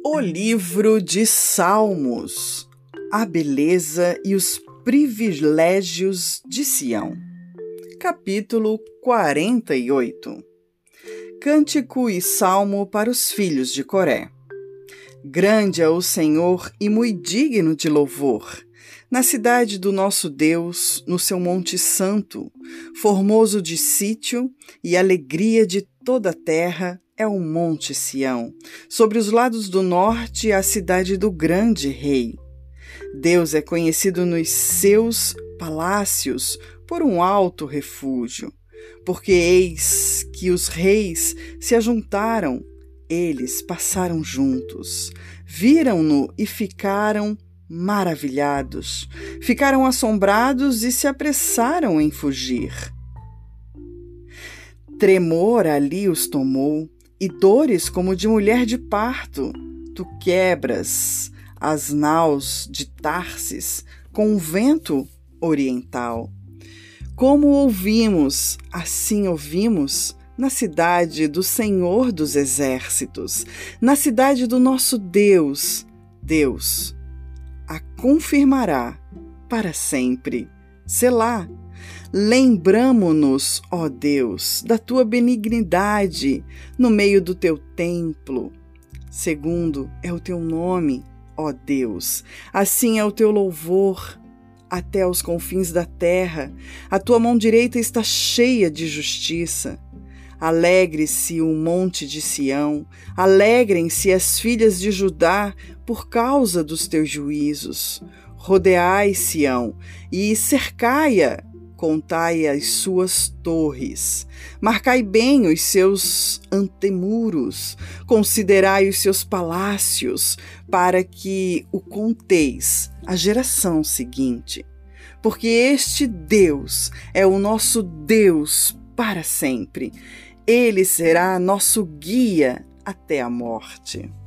O livro de Salmos, a beleza e os privilégios de Sião. Capítulo 48. Cântico e salmo para os filhos de Coré. Grande é o Senhor e muito digno de louvor. Na cidade do nosso Deus, no seu monte santo, formoso de sítio e alegria de toda a terra, é o monte Sião, sobre os lados do norte a cidade do grande rei. Deus é conhecido nos seus palácios por um alto refúgio, porque eis que os reis se ajuntaram, eles passaram juntos, viram-no e ficaram maravilhados, ficaram assombrados e se apressaram em fugir. Tremor ali os tomou, e dores como de mulher de parto. Tu quebras as naus de Tarsis com o vento oriental. Como ouvimos, assim ouvimos na cidade do Senhor dos Exércitos, na cidade do nosso Deus. Deus a confirmará para sempre. Selá. Lembramo-nos, ó Deus, da tua benignidade no meio do teu templo. Segundo é o teu nome, ó Deus, assim é o teu louvor até os confins da terra. A tua mão direita está cheia de justiça. Alegre-se o monte de Sião, alegrem-se as filhas de Judá por causa dos teus juízos. Rodeai Sião e cercai-a, contai as suas torres, marcai bem os seus antemuros, considerai os seus palácios, para que o conteis à geração seguinte. Porque este Deus é o nosso Deus para sempre. Ele será nosso guia até a morte.